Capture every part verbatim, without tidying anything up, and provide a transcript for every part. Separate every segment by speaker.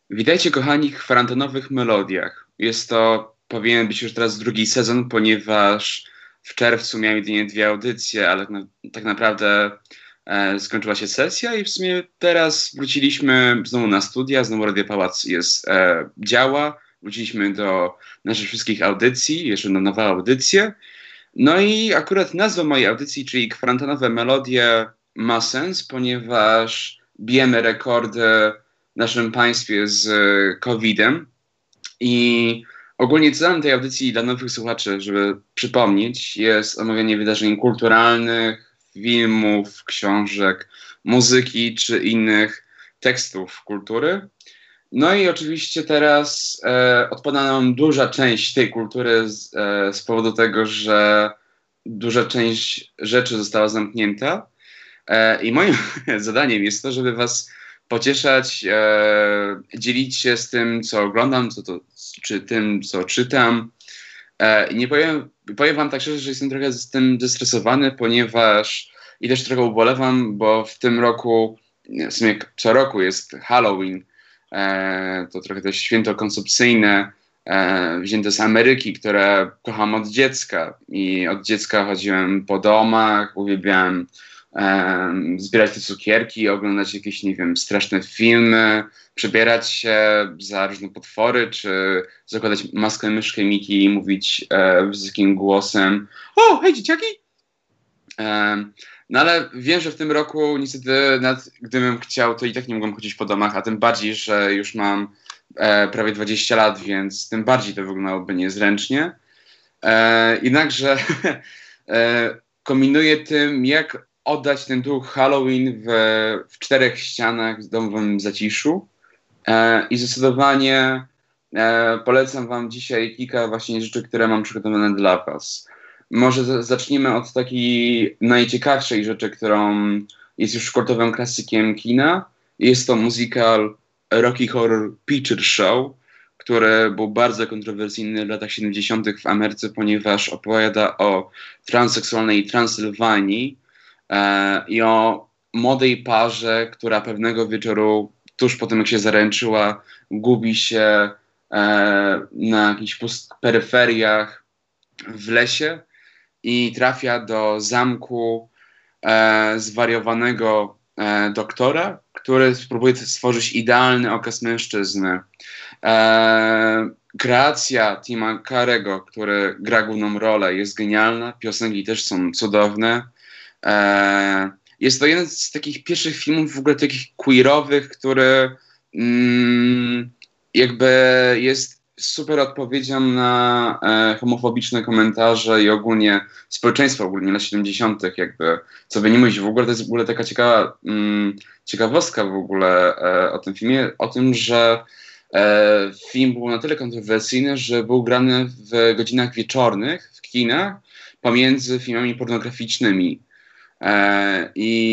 Speaker 1: Witajcie kochani w kwarantannowych melodiach. Jest to, powinien być już teraz drugi sezon, ponieważ w czerwcu miałem jedynie dwie audycje, ale na, tak naprawdę e, skończyła się sesja i w sumie teraz wróciliśmy znowu na studia, znowu Radio Pałac jest, e, działa, wróciliśmy do naszych wszystkich audycji, jeszcze na nowe audycje. No i akurat nazwa mojej audycji, czyli kwarantannowe melodie, ma sens, ponieważ bijemy rekordy w naszym państwie z e, kowidem. I ogólnie celem tej audycji dla nowych słuchaczy, żeby przypomnieć, jest omawianie wydarzeń kulturalnych, filmów, książek, muzyki czy innych tekstów kultury. No i oczywiście teraz e, odpada nam duża część tej kultury z, e, z powodu tego, że duża część rzeczy została zamknięta. E, I moim zadaniem jest to, żeby was pocieszać, e, dzielić się z tym, co oglądam, co to, czy tym, co czytam. E, I nie powiem, powiem wam tak szczerze, że jestem trochę z tym zestresowany, ponieważ i też trochę ubolewam, bo w tym roku, w sumie co roku jest Halloween. E, to trochę też święto konsumpcyjne, e, wzięte z Ameryki, które kocham od dziecka. I od dziecka chodziłem po domach, uwielbiałem e, zbierać te cukierki, oglądać jakieś, nie wiem, straszne filmy, przebierać się za różne potwory, czy zakładać maskę myszkę Miki i mówić e, wysokim głosem: o, hej dzieciaki! E, no ale wiem, że w tym roku niestety, nawet gdybym chciał, to i tak nie mogłem chodzić po domach, a tym bardziej, że już mam e, prawie dwadzieścia lat, więc tym bardziej to wyglądałoby niezręcznie. E, jednakże e, kombinuję tym, jak oddać ten duch Halloween w, w czterech ścianach w domowym zaciszu. E, I zdecydowanie e, polecam wam dzisiaj kilka właśnie rzeczy, które mam przygotowane dla was. Może z- zacznijmy od takiej najciekawszej rzeczy, którą jest już kultowym klasykiem kina. Jest to musical Rocky Horror Picture Show, który był bardzo kontrowersyjny w latach siedemdziesiątych w Ameryce, ponieważ opowiada o transseksualnej Transylwanii e, i o młodej parze, która pewnego wieczoru, tuż po tym jak się zaręczyła, gubi się e, na jakichś pust- peryferiach w lesie i trafia do zamku e, zwariowanego e, doktora, który spróbuje stworzyć idealny okaz mężczyzny. E, kreacja Tima Carego, który gra główną rolę, jest genialna, piosenki też są cudowne. E, jest to jeden z takich pierwszych filmów w ogóle takich queerowych, który mm, jakby jest super odpowiedzią na e, homofobiczne komentarze i ogólnie społeczeństwo ogólnie lat siedemdziesiątych jakby, co by nie mówić, w ogóle to jest w ogóle taka ciekawa mm, ciekawostka w ogóle e, o tym filmie, o tym, że e, film był na tyle kontrowersyjny, że był grany w godzinach wieczornych w kinach pomiędzy filmami pornograficznymi. E,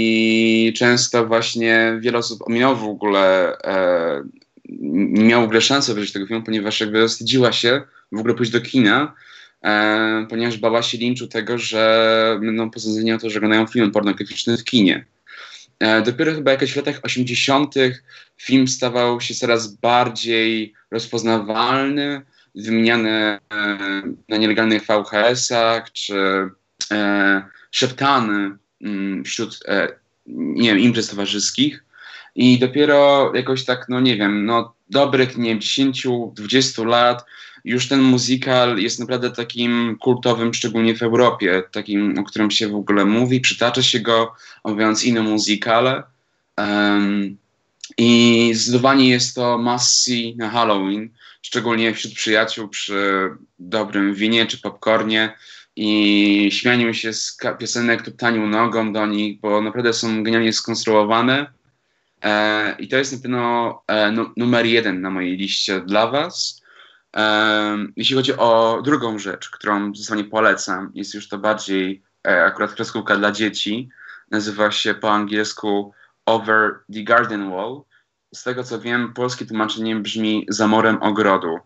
Speaker 1: I często właśnie wiele osób ominęło w ogóle, e, nie miało w ogóle szansy obejrzeć tego filmu, ponieważ jakby wstydziła się w ogóle pójść do kina, e, ponieważ bała się linczu tego, że będą posądzeni o to, że oglądają film pornograficzny w kinie. E, dopiero chyba jakoś w latach osiemdziesiątych film stawał się coraz bardziej rozpoznawalny, wymieniany e, na nielegalnych V H S-ach, czy e, szeptany mm, wśród e, nie wiem, imprez towarzyskich. I dopiero jakoś tak, no nie wiem, no dobrych, nie wiem, dziesięć dwadzieścia lat już ten musical jest naprawdę takim kultowym, szczególnie w Europie, takim, o którym się w ogóle mówi, przytacza się go, omawiając inne musicale. Um, I zdecydowanie jest to must-see na Halloween, szczególnie wśród przyjaciół przy dobrym winie czy popcornie i śmianiu się z ka- piosenek tuptaniu nogą do nich, bo naprawdę są genialnie skonstruowane. E, I to jest na pewno e, nu- numer jeden na mojej liście dla was. E, jeśli chodzi o drugą rzecz, którą zdecydowanie polecam, jest już to bardziej e, akurat kreskówka dla dzieci. Nazywa się po angielsku Over the Garden Wall. Z tego co wiem, polskie tłumaczenie brzmi Za morem ogrodu.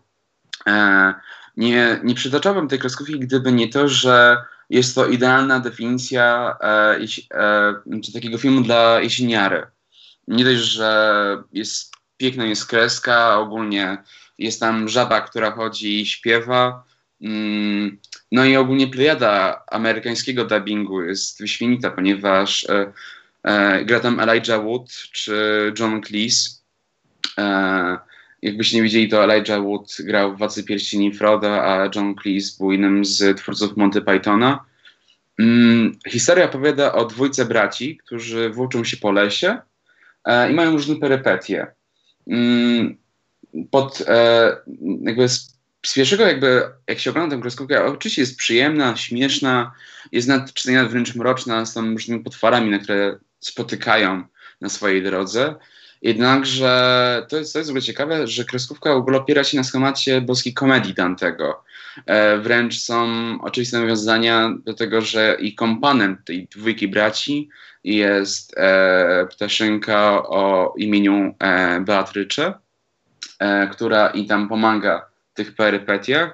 Speaker 1: E, nie, nie przytaczałbym tej kreskówki, gdyby nie to, że jest to idealna definicja e, jeś- e, czy takiego filmu dla jesieniary. Nie dość, że jest piękna jest kreska, ogólnie jest tam żaba, która chodzi i śpiewa. Mm, no i ogólnie plejada amerykańskiego dubbingu jest wyśmienita, ponieważ e, e, gra tam Elijah Wood czy John Cleese. E, jakbyście nie widzieli, to Elijah Wood grał w Władcy Pierścieni Froda, a John Cleese był jednym z twórców Monty Pythona. Mm, historia opowiada o dwójce braci, którzy włóczą się po lesie e, i mają różne perypetie. Mm, pod, e, jakby z, z pierwszego jakby, jak się ogląda tę kreskówkę, oczywiście jest przyjemna, śmieszna, jest nad czytania wręcz mroczna, z tą różnymi potworami, na które spotykają na swojej drodze. Jednakże to jest, to jest w ogóle ciekawe, że kreskówka w ogóle opiera się na schemacie boskiej komedii Dantego. E, wręcz są oczywiste nawiązania do tego, że i kompanem tej dwójki braci jest e, ptaszynka o imieniu e, Beatrycze, e, która i tam pomaga w tych perypetiach.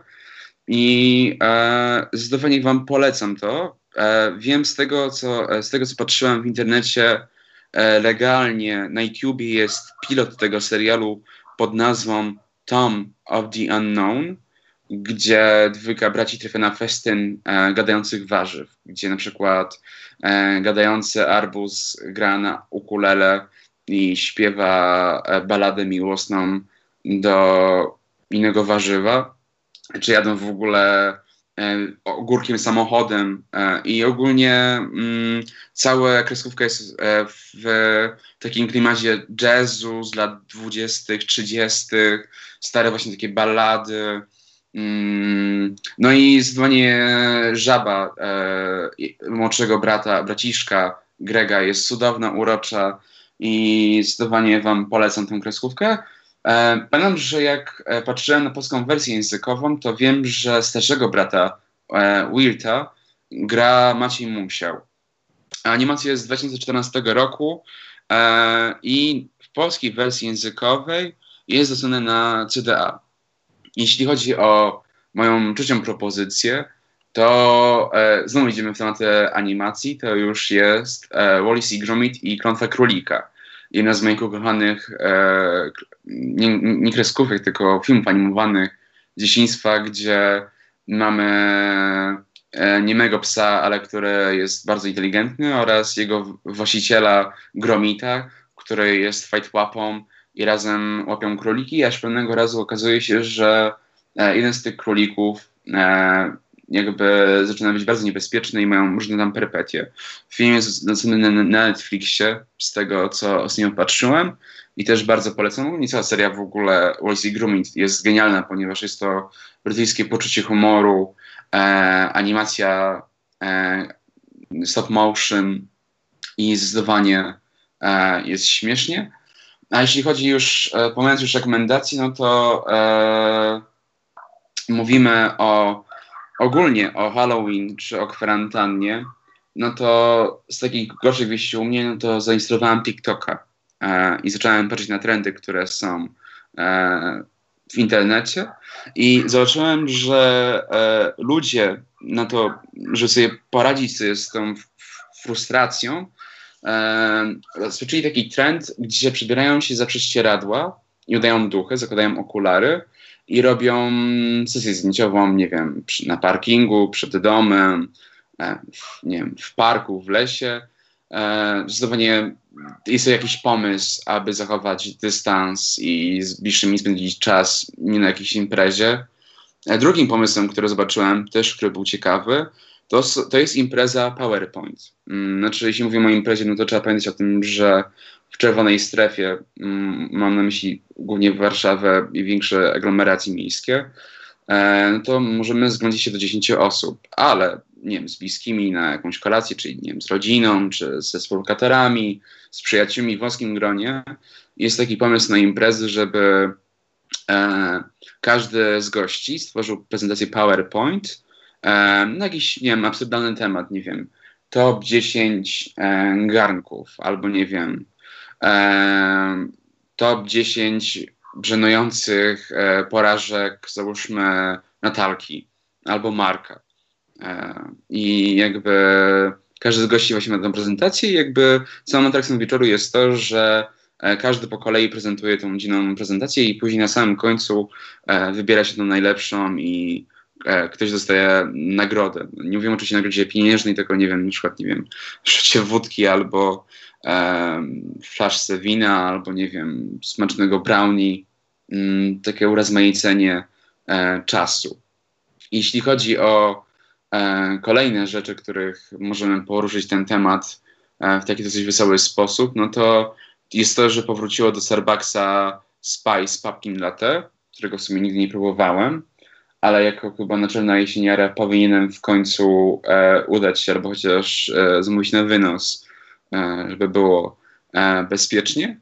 Speaker 1: I e, zdecydowanie wam polecam to. E, wiem z tego, co, z tego, co patrzyłem w internecie, e, legalnie na YouTubie jest pilot tego serialu pod nazwą Tom of the Unknown, gdzie dwójka braci trafia na festyn e, gadających warzyw, gdzie na przykład e, gadający arbuz gra na ukulele i śpiewa e, balladę miłosną do innego warzywa, czy jadą w ogóle e, ogórkiem samochodem e, i ogólnie mm, cała kreskówka jest e, w takim klimacie jazzu z lat dwudziestych, trzydziestych, stare właśnie takie ballady. Mm, no i zdecydowanie żaba e, młodszego brata, braciszka Grega jest cudowna, urocza i zdecydowanie wam polecam tę kreskówkę. E, pamiętam, że jak e, patrzyłem na polską wersję językową, to wiem, że starszego brata e, Wirta gra Maciej Musiał. Animacja jest z dwa tysiące czternastego roku e, i w polskiej wersji językowej jest dostępna na C D A. Jeśli chodzi o moją trzecią propozycję, to e, znowu idziemy w temat animacji, to już jest e, Wallace i Gromit i Klątwa Królika. Jedna z moich ukochanych e, nie, nie kreskówek, tylko filmów animowanych z dzieciństwa, gdzie mamy e, niemego psa, ale który jest bardzo inteligentny, oraz jego właściciela Gromita, który jest fajtłapą i razem łapią króliki, aż pewnego razu okazuje się, że e, jeden z tych królików e, jakby zaczyna być bardzo niebezpieczny i mają różne tam perypetie. Film jest dostępny na Netflixie, z tego co ostatnio patrzyłem, i też bardzo polecam. I cała seria w ogóle Wallace i Gromit jest genialna, ponieważ jest to brytyjskie poczucie humoru, e, animacja e, stop motion i zdecydowanie e, jest śmiesznie. A jeśli chodzi już, e, pomijając już rekomendacje, no to e, mówimy o ogólnie o Halloween czy o kwarantannie, no to z takich gorszych wieści u mnie, no to zainstalowałem TikToka e, i zacząłem patrzeć na trendy, które są e, w internecie, i zobaczyłem, że e, ludzie na to, żeby sobie poradzić sobie z tą frustracją, e, rozpoczęli taki trend, gdzie przebierają się za prześcieradła i udają duchy, zakładają okulary i robią sesję zdjęciową, nie wiem, przy, na parkingu, przed domem, e, w, nie wiem, w parku, w lesie. E, zdecydowanie jest to jakiś pomysł, aby zachować dystans i z bliższymi spędzić czas nie na jakiejś imprezie. E, drugim pomysłem, który zobaczyłem, też który był ciekawy, to, to jest impreza PowerPoint. Mm, znaczy, jeśli mówimy o imprezie, no to trzeba pamiętać o tym, że w czerwonej strefie, mm, mam na myśli głównie Warszawę i większe aglomeracje miejskie, e, no to możemy zgromadzić się do dziesięciu osób, ale nie wiem, z bliskimi na jakąś kolację, czyli nie wiem, z rodziną, czy ze współlokatorami, z przyjaciółmi w wąskim gronie. Jest taki pomysł na imprezy, żeby e, każdy z gości stworzył prezentację PowerPoint e, na jakiś, nie wiem, absurdalny temat, nie wiem, top dziesięć e, garnków, albo nie wiem, e, top dziesięć żenujących e, porażek, załóżmy, Natalki albo Marka. E, I jakby każdy z gości właśnie ma tę prezentację i jakby całą atrakcją wieczoru jest to, że E, każdy po kolei prezentuje tą dziwną prezentację i później na samym końcu e, wybiera się tą najlepszą i e, ktoś dostaje nagrodę. Nie mówię oczywiście o nagrodzie pieniężnej, tylko nie wiem, na przykład, nie wiem, szycie wódki albo e, flaszce wina, albo nie wiem, smacznego brownie, mm, takie urozmaicenie e, czasu. Jeśli chodzi o e, kolejne rzeczy, których możemy poruszyć ten temat e, w taki dosyć wesoły sposób, no to jest to, że powróciło do Starbucksa Spice Pumpkin Latte, którego w sumie nigdy nie próbowałem, ale jako chyba naczelna jesieniara powinienem w końcu e, udać się, albo chociaż e, zamówić na wynos, e, żeby było e, bezpiecznie.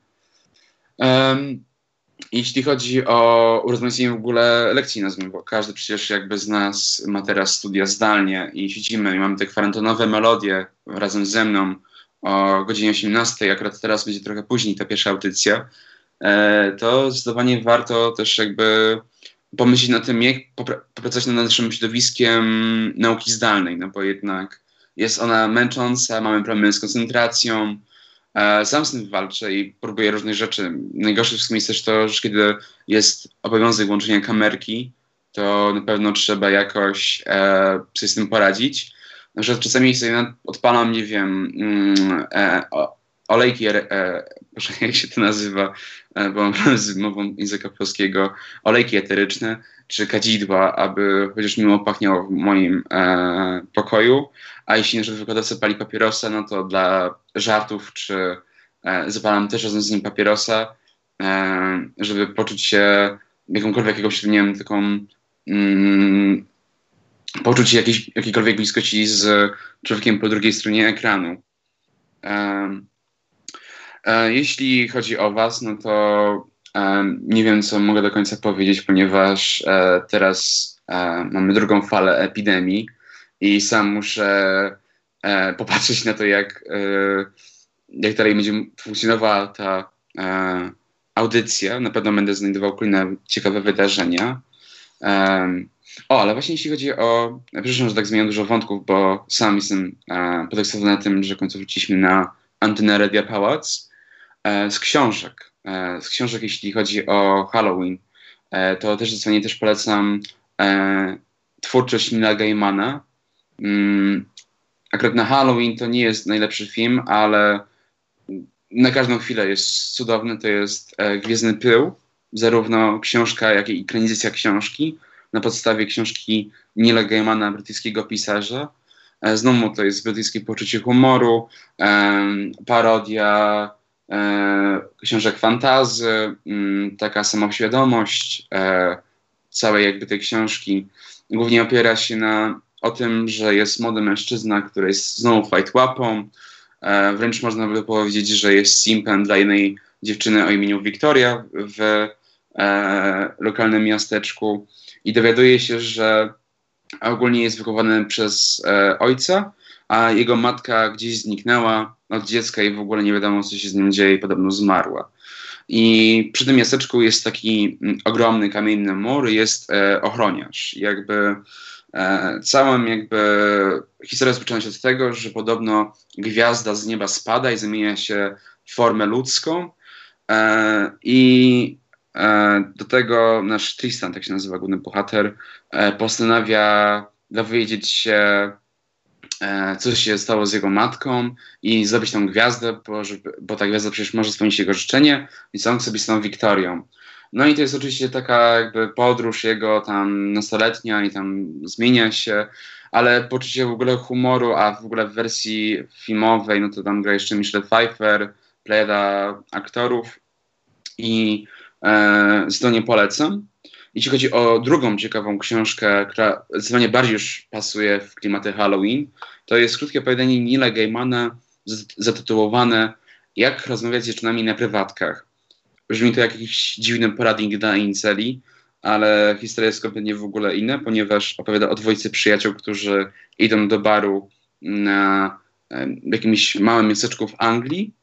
Speaker 1: Um, Jeśli chodzi o urozmaicenie w ogóle lekcji na Zoomie, bo każdy przecież jakby z nas ma teraz studia zdalnie i siedzimy i mamy te kwarantannowe melodie razem ze mną o godzinie osiemnastej, akurat teraz będzie trochę później ta pierwsza audycja, e, to zdecydowanie warto też jakby pomyśleć na tym, jak popra- popracować nad naszym środowiskiem nauki zdalnej, no bo jednak jest ona męcząca, mamy problemy z koncentracją. E, sam z tym walczę i próbuję różnych rzeczy. Najgorsze wszystkim jest też to, że kiedy jest obowiązek włączenia kamerki, to na pewno trzeba jakoś e, sobie z tym poradzić. Że czasami sobie odpalam, nie wiem, mm, e, o, olejki, e, proszę, jak się to nazywa, e, bo mam problem z mową języka polskiego, olejki eteryczne czy kadzidła, aby chociaż miło pachniało w moim e, pokoju, a jeśli na przykład wykładowca pali papierosa, no to dla żartów czy e, zapalam też razem z nim papierosa, e, żeby poczuć się jakąkolwiek, jakąś, nie wiem, taką mm, poczuć jakiejś, jakiejkolwiek bliskości z człowiekiem po drugiej stronie ekranu. Um, e, jeśli chodzi o was, no to um, nie wiem, co mogę do końca powiedzieć, ponieważ e, teraz e, mamy drugą falę epidemii i sam muszę e, popatrzeć na to, jak, e, jak dalej będzie funkcjonowała ta e, audycja. Na pewno będę znajdował kolejne ciekawe wydarzenia. Um, O, ale właśnie jeśli chodzi o... Przepraszam, że tak zmieniam dużo wątków, bo sam jestem e, podekscytowany tym, że w końcu wróciliśmy na antenę Radia Pałac. E, z książek. E, z książek, jeśli chodzi o Halloween, e, to też zdecydowanie też polecam e, twórczość Neila Gaimana. Mm, akurat na Halloween to nie jest najlepszy film, ale na każdą chwilę jest cudowny. To jest e, Gwiezdny Pył. Zarówno książka, jak i ekranizacja książki na podstawie książki Neila Gaimana, brytyjskiego pisarza. E, znowu to jest brytyjskie poczucie humoru, e, parodia e, książek fantasy, m, taka samoświadomość e, całej jakby tej książki. Głównie opiera się na o tym, że jest młody mężczyzna, który jest znowu fajtłapą. E, wręcz można by powiedzieć, że jest simpem dla jednej dziewczyny o imieniu Victoria w e, lokalnym miasteczku. I dowiaduje się, że ogólnie jest wychowany przez e, ojca, a jego matka gdzieś zniknęła od dziecka i w ogóle nie wiadomo, co się z nim dzieje, podobno zmarła. I przy tym miasteczku jest taki m, ogromny kamienny mur, jest e, ochroniarz. Jakby e, całą jakby historia rozpoczyna się od tego, że podobno gwiazda z nieba spada i zamienia się w formę ludzką e, i E, do tego nasz Tristan, tak się nazywa główny bohater, e, postanawia dowiedzieć się, e, co się stało z jego matką i zdobyć tą gwiazdę, bo, żeby, bo ta gwiazda przecież może spełnić jego życzenie, więc on chce być z tą Wiktorią. No i to jest oczywiście taka jakby podróż jego tam nastoletnia i tam zmienia się, ale poczucie w ogóle humoru, a w ogóle w wersji filmowej, no to tam gra jeszcze Michelle Pfeiffer, plejada aktorów i E, zdecydowanie polecam. Jeśli chodzi o drugą ciekawą książkę, która zdecydowanie bardziej już pasuje w klimaty Halloween, to jest krótkie opowiadanie Neila Gaimana zatytułowane Jak rozmawiać z dziewczynami na prywatkach. Brzmi to jak jakiś dziwny poradnik dla inceli, ale historia jest kompletnie w ogóle inna, ponieważ opowiada o dwójcy przyjaciół, którzy idą do baru na e, jakimś małym miasteczku w Anglii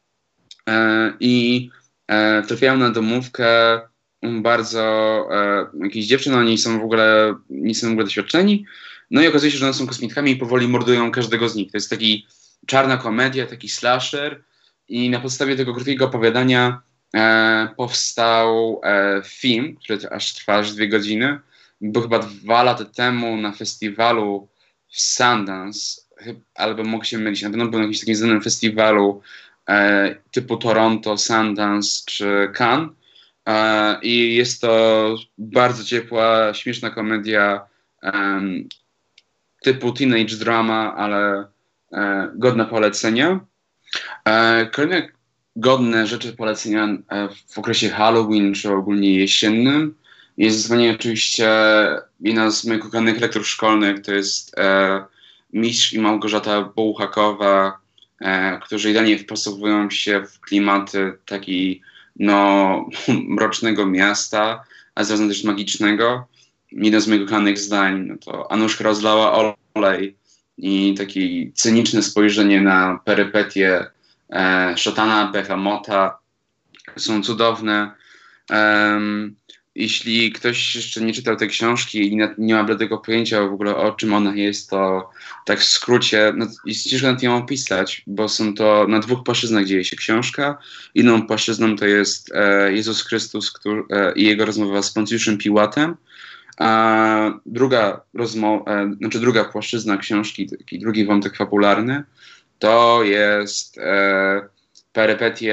Speaker 1: e, i E, trafiają na domówkę bardzo e, jakichś dziewczyn, oni są w ogóle nie są w ogóle doświadczeni, no i okazuje się, że one są kosmitkami i powoli mordują każdego z nich. To jest taki czarna komedia, taki slasher i na podstawie tego krótkiego opowiadania e, powstał e, film, który aż trwa aż dwie godziny. Był chyba dwa lata temu na festiwalu w Sundance, chyb- albo mogę się mylić, na pewno był na jakimś takim znanym festiwalu e, typu Toronto, Sundance czy Cannes. E, I jest to bardzo ciepła, śmieszna komedia em, typu teenage drama, ale e, godna polecenia. E, kolejne godne rzeczy polecenia e, w okresie Halloween czy ogólnie jesiennym jest zdecydowanie oczywiście jedna z moich ukochanych lektur szkolnych, to jest e, Mistrz i Małgorzata Bułhakowa, e, którzy idealnie wpasowują się w klimaty taki no, mrocznego miasta, a zarazem też magicznego. Jedno z moich ukochanych zdań no to Anuszka rozlała olej i takie cyniczne spojrzenie na perypetie e, Szatana, Behemota są cudowne. Em, jeśli ktoś jeszcze nie czytał tej książki i nie, nie ma bladego pojęcia w ogóle o czym ona jest, to tak w skrócie, no, jest ciężko nad ją opisać, bo są to na dwóch płaszczyznach dzieje się książka. Inną płaszczyzną to jest e, Jezus Chrystus który, e, i jego rozmowa z Poncjuszem Piłatem. A druga rozmowa, e, znaczy druga płaszczyzna książki, taki drugi wątek fabularny, to jest e, perypetie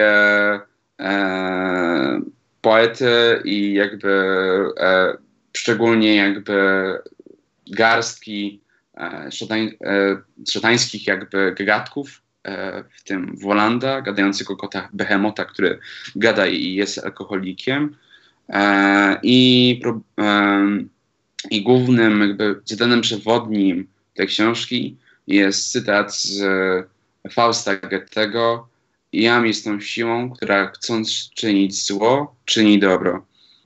Speaker 1: e, poety i jakby e, szczególnie jakby garstki e, szatań, e, szatańskich jakby gagatków, e, w tym Wolanda, gadającego kota Behemota, który gada i jest alkoholikiem. E, i, pro, e, I głównym jakby cytatem przewodnim tej książki jest cytat z Fausta Goethego: Jam jestem siłą, która chcąc czynić zło, czyni dobro.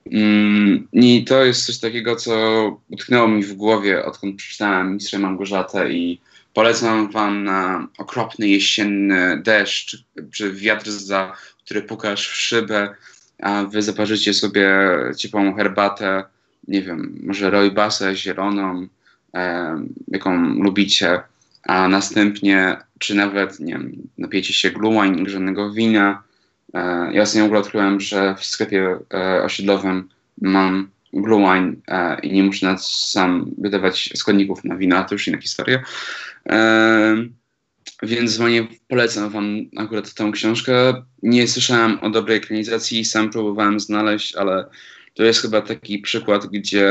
Speaker 1: Mm, I to jest coś takiego, co utknęło mi w głowie, odkąd przeczytałem Mistrza i Małgorzatę, i polecam wam na okropny jesienny deszcz, czy wiatr, za który pukasz w szybę, a wy zaparzycie sobie ciepłą herbatę, nie wiem, może rooibasę zieloną, e, jaką lubicie, a następnie, czy nawet, nie wiem, napijecie się glühwein, grzanego wina. E, ja ostatnio w ogóle odkryłem, że w sklepie e, osiedlowym mam glühwein e, i nie muszę nawet sam wydawać składników na wina, to już inna historia. E, więc właśnie polecam wam akurat tę książkę. Nie słyszałem o dobrej ekranizacji, sam próbowałem znaleźć, ale to jest chyba taki przykład, gdzie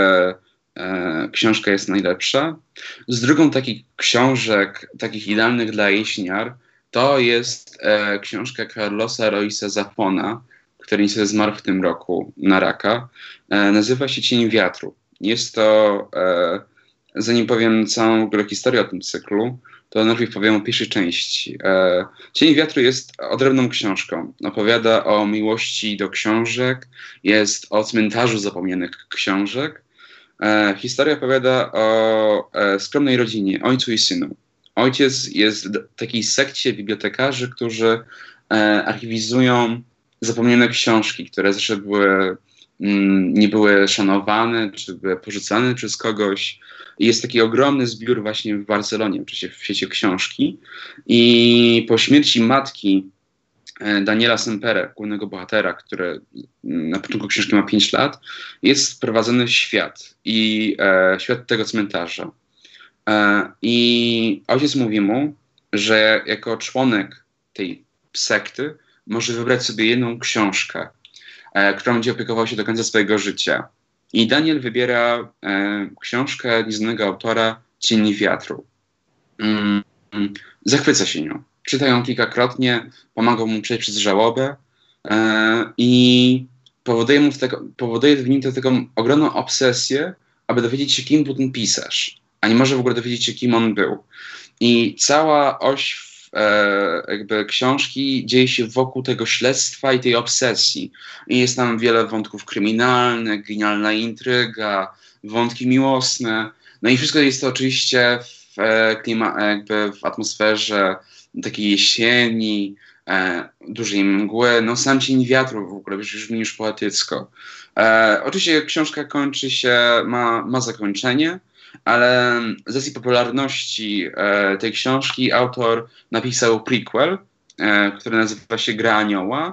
Speaker 1: e, książka jest najlepsza. Z drugą takich książek, takich idealnych dla jesieniar, to jest e, książka Carlosa Roysa Zafona, który niestety zmarł w tym roku na raka. E, nazywa się Cień wiatru. Jest to, e, zanim powiem całą w ogóle historię o tym cyklu, to najpierw powiem o pierwszej części. E, Cień wiatru jest odrębną książką. Opowiada o miłości do książek, jest o cmentarzu zapomnianych książek. E, historia opowiada o e, skromnej rodzinie, ojcu i synu. Ojciec jest w takiej sekcie bibliotekarzy, którzy e, archiwizują zapomniane książki, które zawsze były, mm, nie były szanowane, czy były porzucane przez kogoś. I jest taki ogromny zbiór właśnie w Barcelonie, w w świecie książki. I po śmierci matki e, Daniela Sempere, głównego bohatera, który mm, na początku książki ma pięć lat, jest wprowadzony w świat i e, świat tego cmentarza. E, I ojciec mówi mu, że jako członek tej sekty może wybrać sobie jedną książkę, e, którą będzie opiekował się do końca swojego życia. I Daniel wybiera e, książkę nieznanego autora Cień wiatru. Mm, mm, zachwyca się nią. Czyta ją kilkakrotnie, pomaga mu przejść przez żałobę e, i powoduje, mu w tego, powoduje w nim taką ogromną obsesję, aby dowiedzieć się, kim był ten pisarz, a nie może w ogóle dowiedzieć się, kim on był. I cała oś e, jakby książki dzieje się wokół tego śledztwa i tej obsesji. I jest tam wiele wątków kryminalnych, genialna intryga, wątki miłosne. No i wszystko jest to oczywiście w, e, klima, jakby w atmosferze takiej jesieni, e, dużej mgły. No sam Cień wiatru w ogóle brzmi już poetycko. E, oczywiście książka kończy się, ma, ma zakończenie, ale z racji popularności e, tej książki autor napisał prequel, e, który nazywa się Gra Anioła,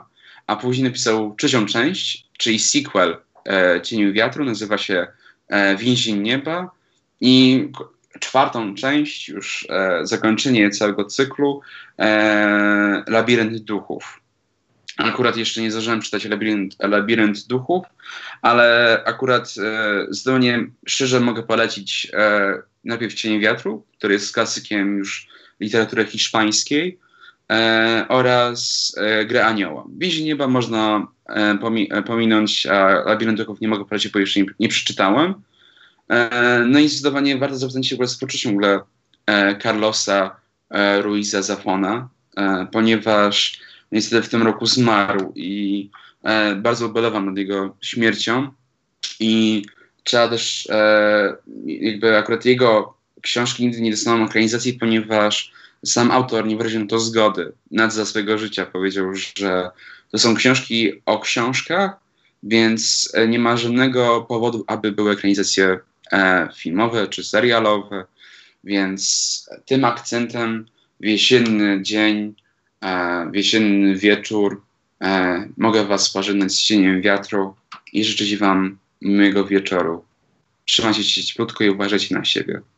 Speaker 1: a później napisał trzecią część, czyli sequel e, Cieniu Wiatru, nazywa się e, Więzień Nieba, i czwartą część, już e, zakończenie całego cyklu, e, Labirynt Duchów. Akurat jeszcze nie zdążyłem czytać Labirynt, Labirynt Duchów, ale akurat e, zdolnie szczerze mogę polecić e, najpierw Cienie Wiatru, który jest klasykiem już literatury hiszpańskiej, e, oraz e, Grę Anioła. Więzień Nieba można e, pomi e, pominąć, a Labirynt Duchów nie mogę polecić, bo jeszcze nie, nie przeczytałem. E, no i zdecydowanie warto zapoznać się w ogóle z twórczością w ogóle e, Carlosa e, Ruiza Zafona, e, ponieważ niestety w tym roku zmarł i e, bardzo ubolewam nad jego śmiercią. I trzeba też e, jakby akurat jego książki nigdy nie dostaną ekranizacji, ponieważ sam autor nie wyraził na to zgody. Nawet za swojego życia powiedział, że to są książki o książkach, więc e, nie ma żadnego powodu, aby były ekranizacje e, filmowe czy serialowe. Więc tym akcentem w jesienny dzień, e, w jesienny wieczór e, mogę was pożegnać z Cieniem Wiatru i życzyć wam miłego wieczoru. Trzymajcie się cieplutko i uważajcie na siebie.